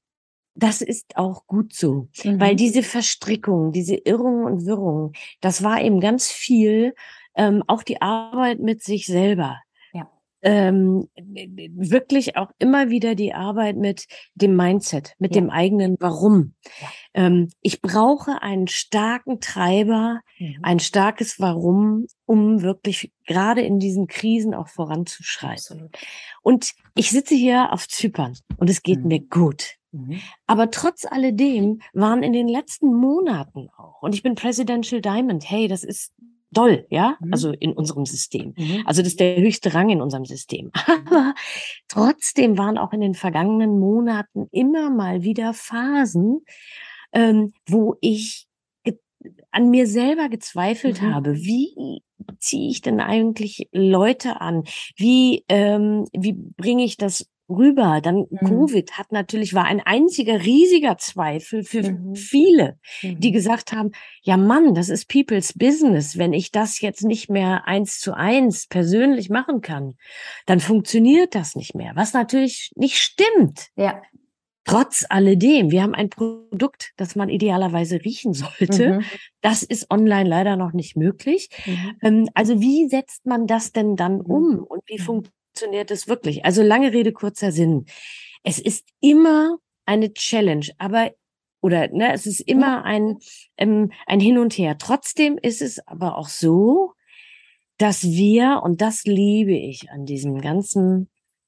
das ist auch gut so, weil Mhm. diese Verstrickungen, diese Irrungen und Wirrungen, das war eben ganz viel, ähm, auch die Arbeit mit sich selber. Ja. Ähm, wirklich auch immer wieder die Arbeit mit dem Mindset, mit Ja. dem eigenen Warum. Ja. Ähm, ich brauche einen starken Treiber, Mhm. ein starkes Warum, um wirklich gerade in diesen Krisen auch voranzuschreiten. Absolut. Und ich sitze hier auf Zypern und es geht Mhm. mir gut. Mhm. Aber trotz alledem waren in den letzten Monaten auch, und ich bin Presidential Diamond, hey, das ist doll, ja, Mhm. also in unserem System. Mhm. Also das ist der höchste Rang in unserem System. Aber trotzdem waren auch in den vergangenen Monaten immer mal wieder Phasen, ähm, wo ich ge- an mir selber gezweifelt Mhm. habe. Wie ziehe ich denn eigentlich Leute an? Wie, ähm, wie bringe ich das rüber? Dann Mhm. Covid hat natürlich, war ein einziger riesiger Zweifel für Mhm. viele, die Mhm. gesagt haben, ja Mann, das ist People's Business. Wenn ich das jetzt nicht mehr eins zu eins persönlich machen kann, dann funktioniert das nicht mehr. Was natürlich nicht stimmt. Ja. Trotz alledem, wir haben ein Produkt, das man idealerweise riechen sollte. Mhm. Das ist online leider noch nicht möglich. Mhm. Ähm, also wie setzt man das denn dann Mhm. um und wie Mhm. funktioniert es wirklich? Also lange Rede, kurzer Sinn. Es ist immer eine Challenge, aber oder ne, es ist immer ein, ähm, ein Hin und Her. Trotzdem ist es aber auch so, dass wir, und das liebe ich an diesem ganzen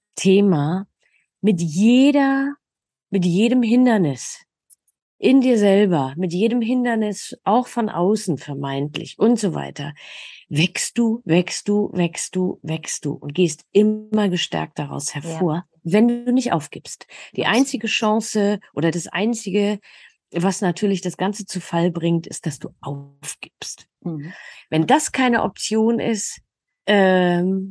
Thema, mit jeder mit jedem Hindernis in dir selber, mit jedem Hindernis, auch von außen vermeintlich und so weiter, wächst du, wächst du, wächst du, wächst du und gehst immer gestärkt daraus hervor, Ja. wenn du nicht aufgibst. Die Absolut. einzige Chance oder das einzige, was natürlich das Ganze zu Fall bringt, ist, dass du aufgibst. Mhm. Wenn das keine Option ist, ähm,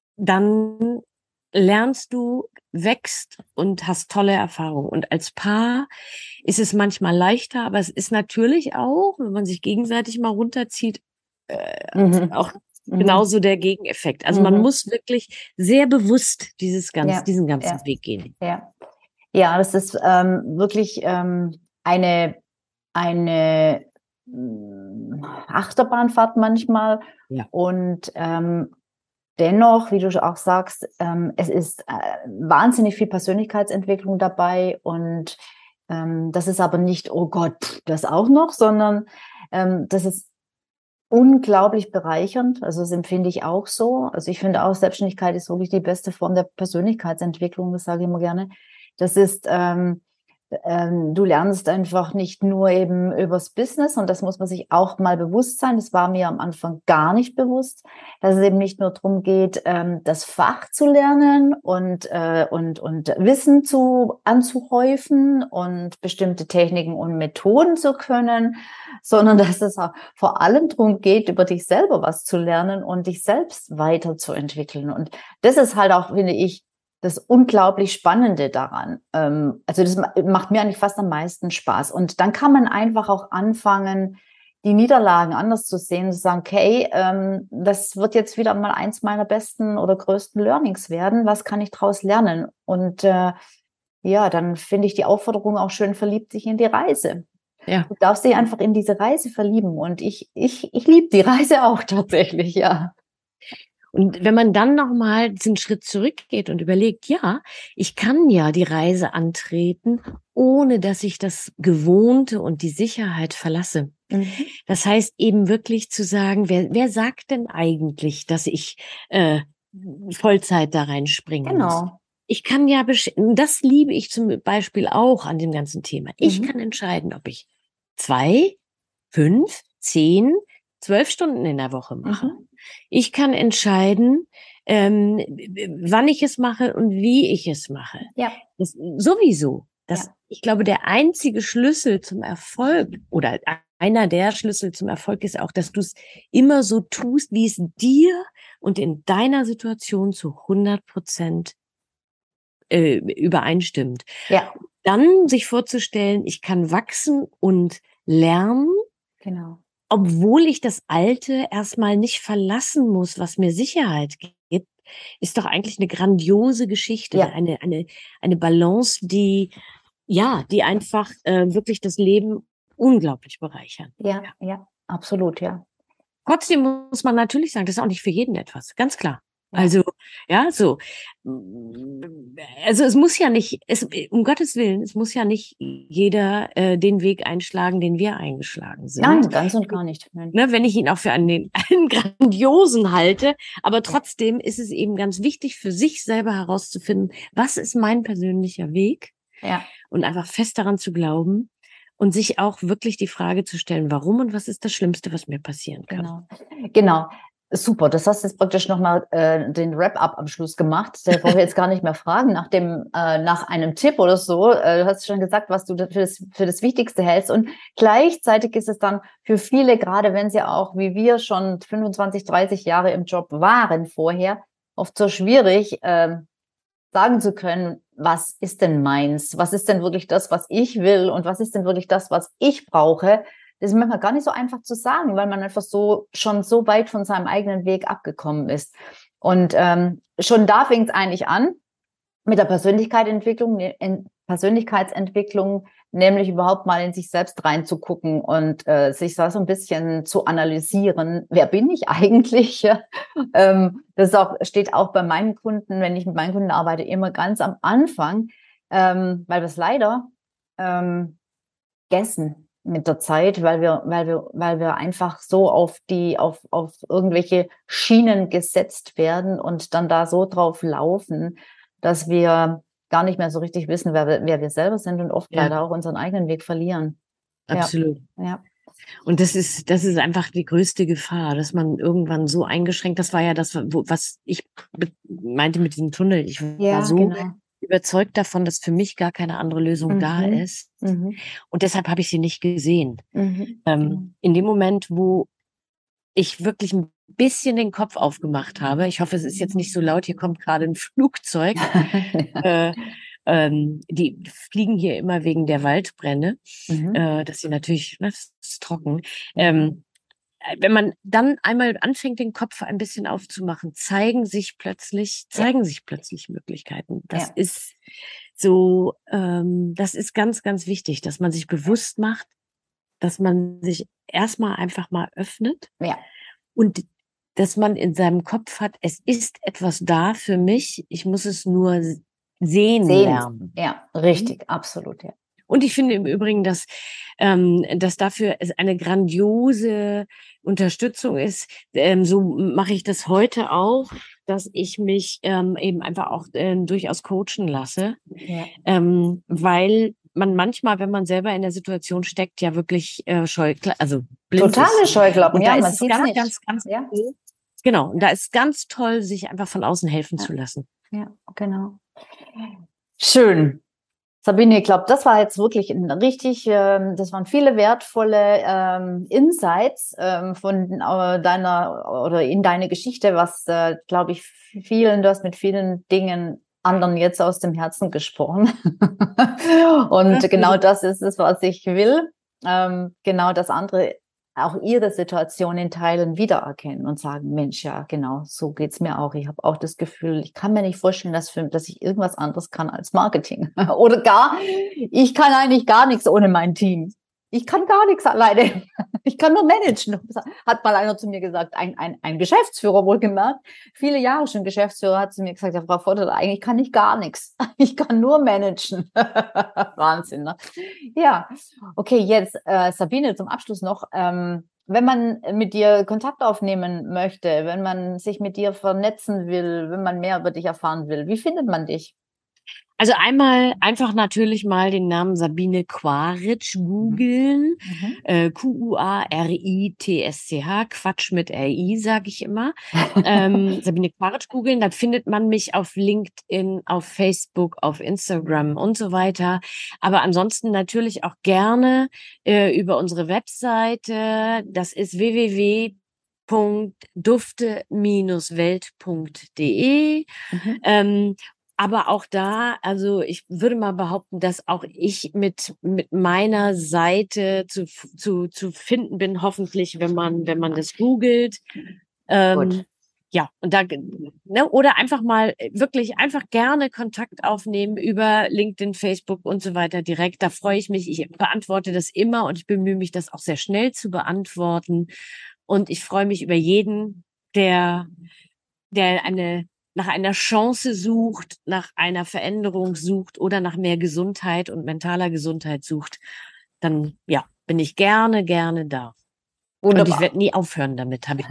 dann lernst du, wächst und hast tolle Erfahrungen. Und als Paar ist es manchmal leichter, aber es ist natürlich auch, wenn man sich gegenseitig mal runterzieht, äh, Mhm. auch Mhm. genauso der Gegeneffekt. Also man Mhm. muss wirklich sehr bewusst dieses ganz, Ja. diesen ganzen Ja. Weg gehen. Ja. Ja, das ist ähm, wirklich ähm, eine, eine mm, Achterbahnfahrt manchmal. Ja. Und ähm, dennoch, wie du auch sagst, ähm, es ist äh, wahnsinnig viel Persönlichkeitsentwicklung dabei. Und ähm, das ist aber nicht, oh Gott, das auch noch, sondern ähm, das ist unglaublich bereichernd. Also das empfinde ich auch so. Also ich finde auch, Selbstständigkeit ist wirklich die beste Form der Persönlichkeitsentwicklung, das sage ich immer gerne. Das ist, ähm, ähm, du lernst einfach nicht nur eben übers Business, und das muss man sich auch mal bewusst sein. Das war mir am Anfang gar nicht bewusst, dass es eben nicht nur darum geht, ähm, das Fach zu lernen und, äh, und, und Wissen zu, anzuhäufen und bestimmte Techniken und Methoden zu können, sondern dass es auch vor allem darum geht, über dich selber was zu lernen und dich selbst weiterzuentwickeln. Und das ist halt auch, finde ich, das unglaublich Spannende daran. Ähm, also das macht mir eigentlich fast am meisten Spaß. Und dann kann man einfach auch anfangen, die Niederlagen anders zu sehen, zu sagen, okay, ähm, das wird jetzt wieder mal eins meiner besten oder größten Learnings werden. Was kann ich daraus lernen? Und äh, ja, dann finde ich die Aufforderung auch schön, verliebt sich in die Reise. Ja. Du darfst dich einfach in diese Reise verlieben. Und ich, ich, ich liebe die Reise auch tatsächlich, ja. Und wenn man dann nochmal diesen Schritt zurückgeht und überlegt, ja, ich kann ja die Reise antreten, ohne dass ich das Gewohnte und die Sicherheit verlasse. Mhm. Das heißt eben wirklich zu sagen, wer, wer sagt denn eigentlich, dass ich äh, Vollzeit da reinspringen Genau. muss? Ich kann ja, das liebe ich zum Beispiel auch an dem ganzen Thema. Ich mhm. kann entscheiden, ob ich zwei, fünf, zehn, zwölf Stunden in der Woche mache. Mhm. Ich kann entscheiden, ähm, wann ich es mache und wie ich es mache. Ja. Das, sowieso. Das, ja. Ich glaube, der einzige Schlüssel zum Erfolg oder einer der Schlüssel zum Erfolg ist auch, dass du es immer so tust, wie es dir und in deiner Situation zu hundert Prozent äh, übereinstimmt. Ja. Dann sich vorzustellen, ich kann wachsen und lernen. Genau. Obwohl ich das Alte erstmal nicht verlassen muss, was mir Sicherheit gibt, ist doch eigentlich eine grandiose Geschichte, ja. eine eine eine Balance, die ja, die einfach äh, wirklich das Leben unglaublich bereichern. Ja, ja, ja, absolut, ja. Trotzdem muss man natürlich sagen, das ist auch nicht für jeden etwas, ganz klar. Ja. Also, ja, so. Also es muss ja nicht, es, um Gottes Willen, es muss ja nicht jeder äh, den Weg einschlagen, den wir eingeschlagen sind. Nein, ganz und gar nicht. Nein. Ne, wenn ich ihn auch für einen, einen grandiosen halte, aber trotzdem ist es eben ganz wichtig für sich selber herauszufinden, was ist mein persönlicher Weg? Ja. Und einfach fest daran zu glauben und sich auch wirklich die Frage zu stellen, warum und was ist das Schlimmste, was mir passieren kann. Genau, genau. Super, das hast jetzt praktisch nochmal äh, den Wrap-up am Schluss gemacht. Da brauche ich jetzt gar nicht mehr fragen nach dem, äh, nach einem Tipp oder so. Äh, du hast schon gesagt, was du für das, für das Wichtigste hältst. Und gleichzeitig ist es dann für viele, gerade wenn sie auch wie wir schon fünfundzwanzig, dreißig Jahre im Job waren vorher, oft so schwierig, äh, sagen zu können, was ist denn meins? Was ist denn wirklich das, was ich will? Und was ist denn wirklich das, was ich brauche? Das ist manchmal gar nicht so einfach zu sagen, weil man einfach so schon so weit von seinem eigenen Weg abgekommen ist. Und ähm, schon da fängt es eigentlich an mit der Persönlichkeitsentwicklung, in Persönlichkeitsentwicklung, nämlich überhaupt mal in sich selbst reinzugucken und äh, sich da so ein bisschen zu analysieren. Wer bin ich eigentlich? ähm, das ist auch, steht auch bei meinen Kunden, wenn ich mit meinen Kunden arbeite, immer ganz am Anfang, ähm, weil wir es leider ähm, vergessen mit der Zeit, weil wir, weil wir, weil wir einfach so auf die, auf, auf irgendwelche Schienen gesetzt werden und dann da so drauf laufen, dass wir gar nicht mehr so richtig wissen, wer wir, wer wir selber sind und oft ja. leider auch unseren eigenen Weg verlieren. Absolut. Ja. ja. Und das ist, das ist einfach die größte Gefahr, dass man irgendwann so eingeschränkt, das war ja das, was ich meinte mit diesem Tunnel. Ich war ja, so genau. überzeugt davon, dass für mich gar keine andere Lösung mhm. da ist. Mhm. Und deshalb habe ich sie nicht gesehen. Mhm. Ähm, in dem Moment, wo ich wirklich ein bisschen den Kopf aufgemacht habe, ich hoffe, es ist jetzt nicht so laut, hier kommt gerade ein Flugzeug, äh, ähm, die fliegen hier immer wegen der Waldbrände, mhm. äh, dass sie natürlich, das ist trocken, ähm, wenn man dann einmal anfängt, den Kopf ein bisschen aufzumachen, zeigen sich plötzlich, zeigen ja. sich plötzlich Möglichkeiten. Das ja. ist so, ähm, das ist ganz, ganz wichtig, dass man sich bewusst macht, dass man sich erstmal einfach mal öffnet ja. und dass man in seinem Kopf hat, es ist etwas da für mich, ich muss es nur sehen, sehen. lernen. Ja, richtig, mhm. absolut, ja. Und ich finde im Übrigen, dass, ähm, dass dafür es eine grandiose Unterstützung ist. Ähm, so mache ich das heute auch, dass ich mich ähm, eben einfach auch äh, durchaus coachen lasse, ja. ähm, weil man manchmal, wenn man selber in der Situation steckt, ja wirklich äh, scheu, also blind Totale ist. Scheuklappen, Und ja, da man ist es sieht's ganz, nicht. ganz, ganz, Ja. toll. Genau. Und da ist ganz toll, sich einfach von außen helfen Ja. zu lassen. Ja, genau. Schön. Sabine, ich glaube, das war jetzt wirklich ein richtig, ähm, das waren viele wertvolle ähm, Insights ähm, von äh, deiner oder in deine Geschichte, was, äh, glaube ich, vielen, du hast mit vielen Dingen anderen jetzt aus dem Herzen gesprochen. Und genau das ist es, was ich will. Ähm, genau das andere, auch ihre Situation in Teilen wiedererkennen und sagen, Mensch, ja, genau, so geht's mir auch. Ich habe auch das Gefühl, ich kann mir nicht vorstellen, dass, für, dass ich irgendwas anderes kann als Marketing. Oder gar, ich kann eigentlich gar nichts ohne mein Team. Ich kann gar nichts alleine. Ich kann nur managen. Hat mal einer zu mir gesagt, ein, ein, ein Geschäftsführer wohlgemerkt, viele Jahre schon Geschäftsführer, hat zu mir gesagt, ja, Frau Votter, eigentlich kann ich gar nichts. Ich kann nur managen. Wahnsinn, ne? Ja, okay, jetzt äh, Sabine, zum Abschluss noch. Ähm, wenn man mit dir Kontakt aufnehmen möchte, wenn man sich mit dir vernetzen will, wenn man mehr über dich erfahren will, wie findet man dich? Also einmal einfach natürlich mal den Namen Sabine Quaritch googeln. Mhm. Äh, Q U A R I T S C H, Quatsch mit R I, sage ich immer. ähm, Sabine Quaritch googeln, dann findet man mich auf LinkedIn, auf Facebook, auf Instagram und so weiter. Aber ansonsten natürlich auch gerne äh, über unsere Webseite. Das ist w w w punkt dufte welt punkt de. Mhm. Ähm, aber auch da, also ich würde mal behaupten, dass auch ich mit mit meiner Seite zu zu zu finden bin, hoffentlich, wenn man wenn man das googelt. Ähm, Gut. ja, und da ne, oder einfach mal wirklich einfach gerne Kontakt aufnehmen über LinkedIn, Facebook und so weiter direkt. Da freue ich mich. Ich beantworte das immer und ich bemühe mich, das auch sehr schnell zu beantworten. Und ich freue mich über jeden, der der eine nach einer Chance sucht, nach einer Veränderung sucht oder nach mehr Gesundheit und mentaler Gesundheit sucht, dann ja, bin ich gerne, gerne da. Und ich Wunderbar. werde nie aufhören damit, habe ich.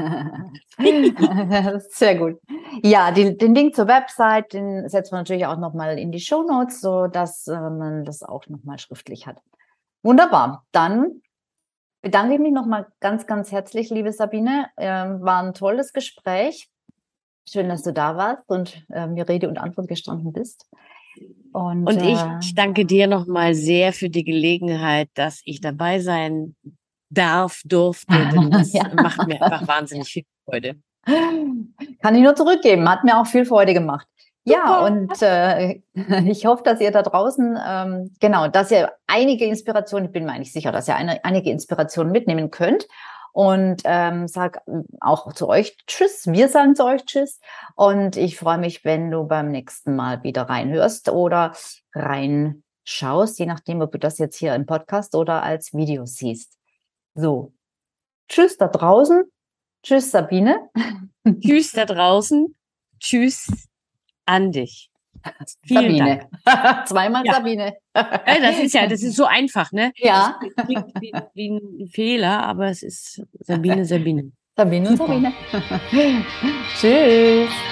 Sehr gut. Ja, die, den Link zur Website, den setzen wir natürlich auch nochmal in die Shownotes, so dass äh, man das auch nochmal schriftlich hat. Wunderbar. Dann bedanke ich mich nochmal ganz, ganz herzlich, liebe Sabine. Ähm, war ein tolles Gespräch. Schön, dass du da warst und äh, mir Rede und Antwort gestanden bist. Und, Und ich äh, danke dir nochmal sehr für die Gelegenheit, dass ich dabei sein darf, durfte, denn das ja. macht mir einfach wahnsinnig viel Freude. Kann ich nur zurückgeben. Hat mir auch viel Freude gemacht. Ja, Super. und äh, ich hoffe, dass ihr da draußen, ähm, genau, dass ihr einige Inspirationen, ich bin mir eigentlich sicher, dass ihr eine, einige Inspirationen mitnehmen könnt. Und ähm, sag auch zu euch Tschüss. Wir sagen zu euch Tschüss. Und ich freue mich, wenn du beim nächsten Mal wieder reinhörst oder reinschaust, je nachdem, ob du das jetzt hier im Podcast oder als Video siehst. So, Tschüss da draußen. Tschüss, Sabine. Tschüss da draußen. Tschüss an dich. Vielen Sabine. Dank. Zweimal Ja. Sabine. Ja, das ist ja, das ist so einfach, ne? Ja. Das klingt wie, wie ein Fehler, aber es ist Sabine, Sabine. Sabine und Super. Sabine. Tschüss.